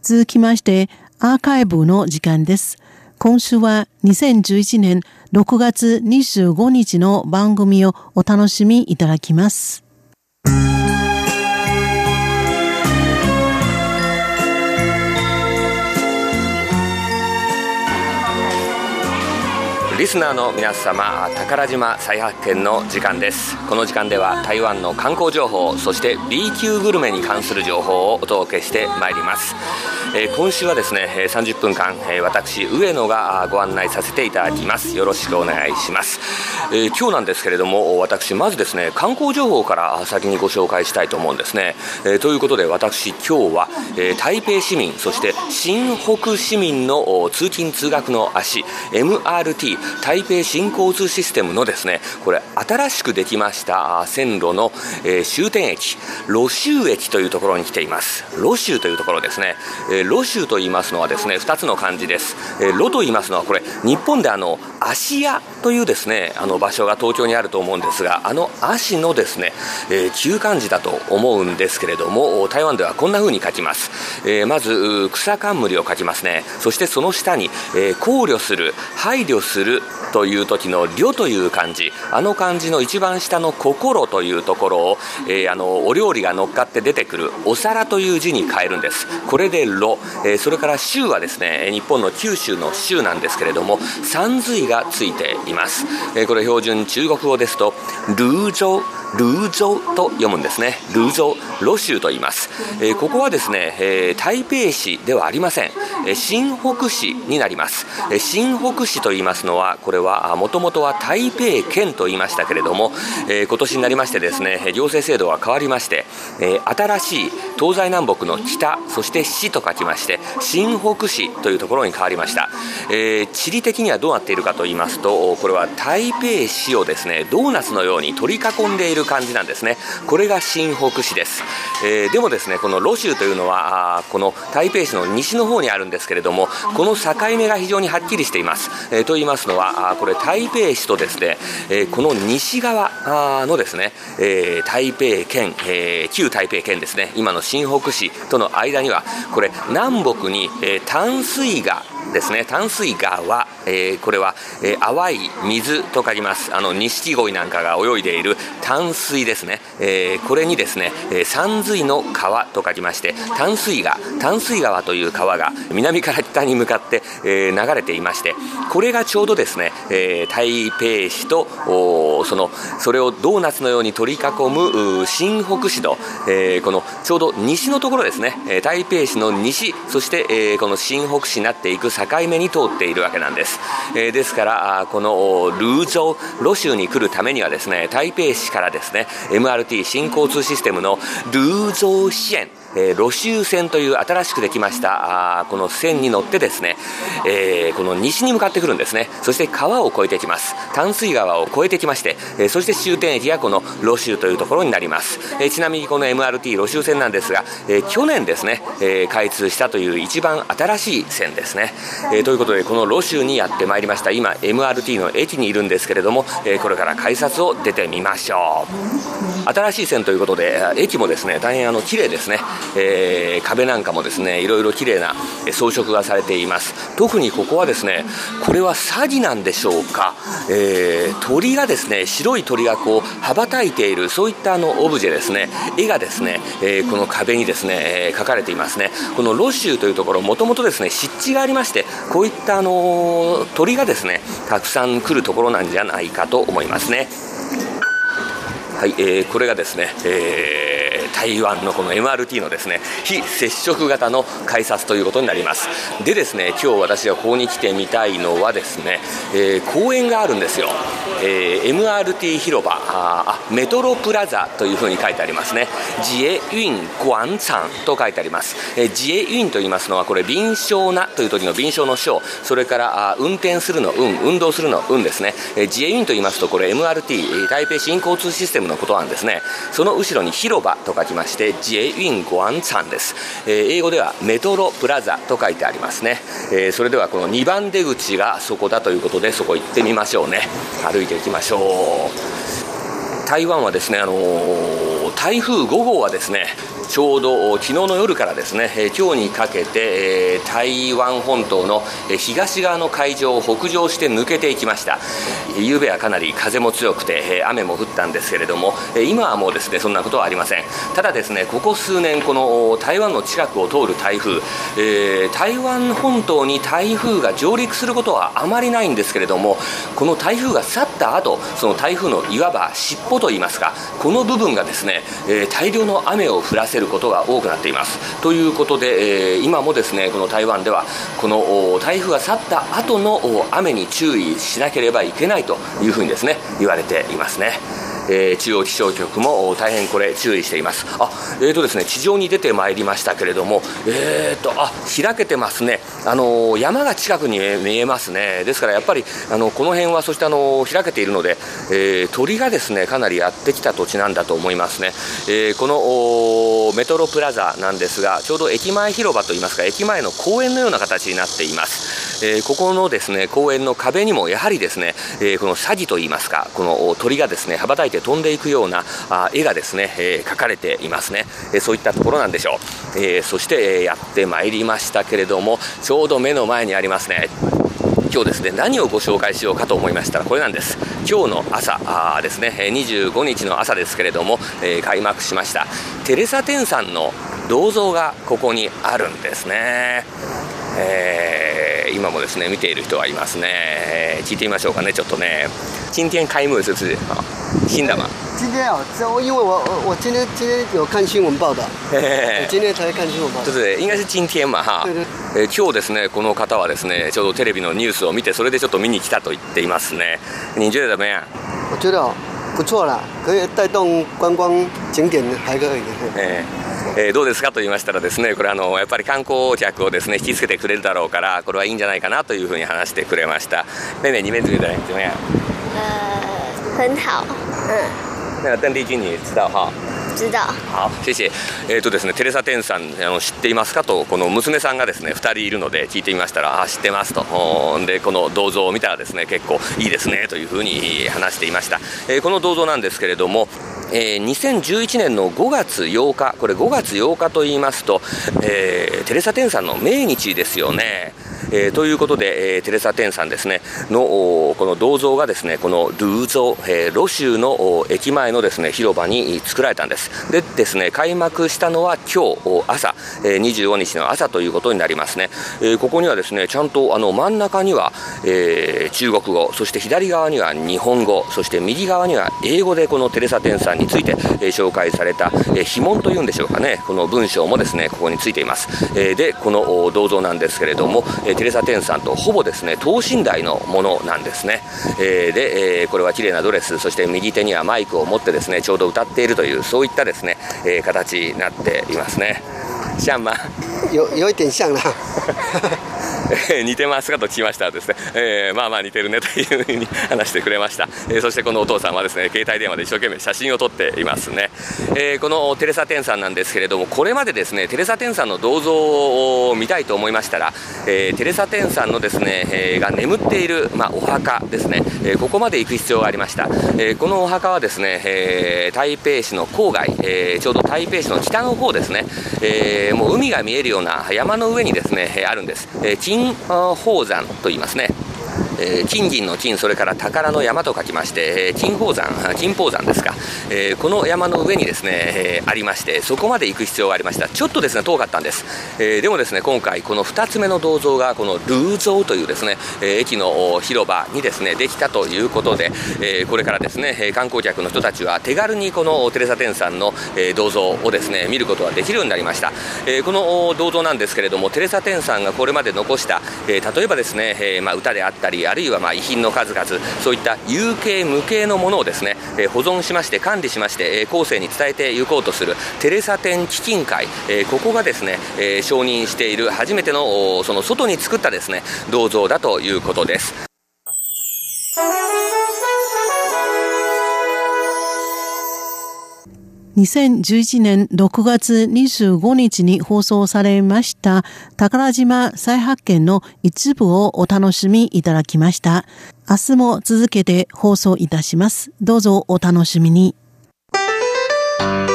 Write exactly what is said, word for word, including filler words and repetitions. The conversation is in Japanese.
続きましてアーカイブの時間です。今週はにせんじゅういちねんろくがつにじゅうごにちの番組をお楽しみいただきます。 リスナーの皆様、宝島再発見の時間です。この時間では台湾の観光情報、そして B 級グルメに関する情報をお届けしてまいります。えー、今週はですねさんじゅっぷんかん、えー、私上野がご案内させていただきます。よろしくお願いします。えー、今日なんですけれども、私まずですね観光情報から先にご紹介したいと思うんですね。えー、ということで私今日は、えー、台北市民、そして新北市民の通勤通学の足 エムアールティー 台北新交通システムのですね、これ新しくできました線路の、えー、終点駅、路州駅というところに来ています。路州というところですね。えー、路州と言いますのはですねふたつの漢字です。えー、路と言いますのはこれ日本であの芦屋というですねあの場所が東京にあると思うんですが、あの芦のですね、えー、旧漢字だと思うんですけれども、台湾ではこんな風に書きます。えー、まず草冠を書きますね。そしてその下に、えー、考慮する、配慮するという時の慮という漢字、あの漢字の一番下の心というところを、えー、あのお料理が乗っかって出てくるお皿という字に変えるんです。これで炉、えー、それから州はですね日本の九州の州なんですけれども三髄がついています。えー、これ標準中国語ですとルージョールージョーと読むんですね。ルージョー、路州と言います。えー、ここはですね、えー、台北市ではありません。えー、新北市になります。えー、新北市と言いますのはこれはもともとは台北県と言いましたけれども、えー、今年になりましてですね行政制度が変わりまして、えー、新しい東西南北の北、そして市と書きまして新北市というところに変わりました。えー、地理的にはどうなっているかと言いますと、これは台北市をですねドーナツのように取り囲んでいる感じなんですね。これが新北市です。えー、でもですねこの路州というのはこの台北市の西の方にあるんですけれども、この境目が非常にはっきりしています。えー、と言いますのはこれ台北市とですね、えー、この西側のですね、えー、台北県、えー、旧台北県ですね、今の新北市との間にはこれ南北に、えー、淡水河ですね、淡水川、えー、これは、えー、淡い水と書きます。あの錦鯉なんかが泳いでいる淡水ですね。えー、これにですね、えー、山水の川と書きまして淡水川、淡水川という川が南から北に向かって、えー、流れていまして、これがちょうどですね、えー、台北市とそのそれをドーナツのように取り囲む新北市の、えー、このちょうど西のところですね、えー、台北市の西、そして、えー、この新北市になっていく境目に通っているわけなんです。えー、ですからこのルージョー、路州に来るためにはですね台北市からですね エムアールティー 新交通システムのルージョー支援、えー、路州線という新しくできましたあこの線に乗ってですね、えー、この西に向かってくるんですね。そして川を越えてきます。淡水川を越えてきまして、えー、そして終点駅がこの路州というところになります。えー、ちなみにこの エムアールティー 路州線なんですが、えー、去年ですね、えー、開通したという一番新しい線ですね。えー、ということでこの路州にやってまいりました。今 エムアールティー の駅にいるんですけれども、えー、これから改札を出てみましょう。新しい線ということで駅もですね大変あの綺麗ですね。えー、壁なんかもですねいろいろ綺麗な装飾がされています。特にここはですね、これはサギなんでしょうか、えー、鳥がですね、白い鳥がこう羽ばたいている、そういったあのオブジェですね、絵がですね、えー、この壁にですね、えー、描かれていますね。この路州というところ、もともとですね湿地がありまして、こういったあの鳥がですねたくさん来るところなんじゃないかと思いますね。はい、えー、これがですね、えー、台湾のこの エムアールティー のですね非接触型の改札ということになります。でですね、今日私がここに来てみたいのはですね、えー、公園があるんですよ。えー、エムアールティー 広場、ああメトロプラザというふうに書いてありますね。ジエユン廣場と書いてあります。えー、ジエユンと言いますのはこれ敏捷なという時の敏捷の捷、それからあ運転するの運、運動するの運ですね。えー、ジエユンと言いますとこれ エムアールティー 台北新交通システムのことなんですね。その後ろに広場と書きましてジエユン廣場です。えー、英語ではメトロプラザと書いてありますね。えー、それではこのにばん出口がそこだということで、そこ行ってみましょうね。歩いていきましょう。台湾はですね、あのー、台風ご号はですねちょうど昨日の夜からですね、今日にかけて台湾本島の東側の海上を北上して抜けていきました。夕べはかなり風も強くて雨も降ったんですけれども、今はもうですねそんなことはありません。ただですね、ここ数年この台湾の近くを通る台風、えー、台湾本島に台風が上陸することはあまりないんですけれども、この台風が去った後、その台風のいわば尻尾といいますか、この部分がですね、えー、大量の雨を降らせることが多くなっています。ということで、えー、今もですねこの台湾ではこの台風が去った後の雨に注意しなければいけないというふうにですね言われていますね。えー、中央気象局も大変これ注意しています。あ、えーとですね、地上に出てまいりましたけれども、えーとあ開けてますね。あのー、山が近くに見えますね。ですからやっぱりあのこの辺はそしてあの開けているので、えー、鳥がですねかなりやってきた土地なんだと思いますね。えー、このメトロプラザなんですが、ちょうど駅前広場といいますか、駅前の公園のような形になっています。えー、ここのですね公園の壁にもやはりですね、えー、このサギといいますか、この鳥がですね羽ばたいて飛んでいくようなあ絵がですね、えー、描かれていますね。えー、そういったところなんでしょう。えー、そして、えー、やってまいりましたけれども、ちょうど目の前にありますね。今日ですね何をご紹介しようかと思いましたら、これなんです。今日の朝あですねにじゅうごにちの朝ですけれども、えー、開幕しましたテレサ・テンさんの銅像がここにあるんですね。えー、今もですね見ている人がいますね。えー、聞いてみましょうかね。ちょっとね、今天開幕是不是新的吗？ 今天啊，因为我我今天今天有看新闻报道，今天才看新闻报道。 对对，应该是今天嘛哈。えー、今日ですねこの方はですねちょうどテレビのニュースを見て、それでちょっと見に来たと言っていますね。你觉得怎么样？ 我觉得不错啦，可以带动观光景点还可以。 えーえー、どうですかと言いましたらですね、これあのやっぱり観光客をですね引きつけてくれるだろうから、これはいいんじゃないかなというふうに話してくれました。妹妹，你们觉得怎么样？ 呃，很好。嗯。 那个邓丽君你知道哈？ 知道。 好、谢謝。えーとですね、テレサ・テンさんあの知っていますかと、この娘さんがですねふたりいるので聞いてみましたら、あ知ってますと。でこの銅像を見たらですね結構いいですねというふうに話していました。えー、この銅像なんですけれども、えー、にせんじゅういちねんのごがつようか、これごがつようかと言いますと、えー、テレサ・テンさんの命日ですよね。えー、ということで、えー、テレサ・テンさんですねのこの銅像がですねこのルーゾー、えー、ロ州の駅前のですね広場に作られたんです。でですね開幕したのは今日朝、えー、にじゅうごにちの朝ということになりますね。えー、ここにはですねちゃんとあの真ん中には、えー、中国語、そして左側には日本語、そして右側には英語でこのテレサ・テンさんについて、えー、紹介された、えー、碑文というんでしょうかね、この文章もですねここについています。えー、でこの銅像なんですけれども、えーテレサ・テンさんとほぼですね等身大のものなんですね。えー、で、えー、これは綺麗なドレス、そして右手にはマイクを持ってですねちょうど歌っているという、そういったですね、えー、形になっていますね。像吗？ 有有一点像啦。 似てますかと聞きましたらですね、えー、まあまあ似てるねというふうに話してくれました。えー、そしてこのお父さんはですね携帯電話で一生懸命写真を撮っていますね。えー、このテレサ・テンさんなんですけれども、これまでですねテレサ・テンさんの銅像を見たいと思いましたら、えー、テレサ・テンさんのですね、えー、が眠っている、まあ、お墓ですね、えー、ここまで行く必要がありました。えー、このお墓はですね、えー、台北市の郊外、えー、ちょうど台北市の北の方ですね、えー、もう海が見えるような山の上にですね、えー、あるんです。えー、金宝山と言いますね。えー、金銀の金、それから宝の山と書きまして、えー、金宝山、金宝山ですか、えー、この山の上にですね、えー、ありまして、そこまで行く必要がありました。ちょっとですね遠かったんです。えー、でもですね今回このふたつめの銅像がこのルーゾーというですね、えー、駅の広場にですねできたということで、えー、これからですね観光客の人たちは手軽にこのテレサ・テンさんの、えー、銅像をですね見ることができるようになりました。えー、この銅像なんですけれども、テレサ・テンさんがこれまで残した、えー、例えばですね、えーまあ、歌であったり、あるいはまあ遺品の数々、そういった有形無形のものをですね、えー、保存しまして管理しまして、えー、後世に伝えていこうとするテレサ・テン基金会、えー、ここがですね、えー、承認している初めてのその外に作ったですね銅像だということです。 にせんじゅういちねんろくがつにじゅうごにちに放送されました宝島再発見の一部をお楽しみいただきました。明日も続けて放送いたします。どうぞお楽しみに。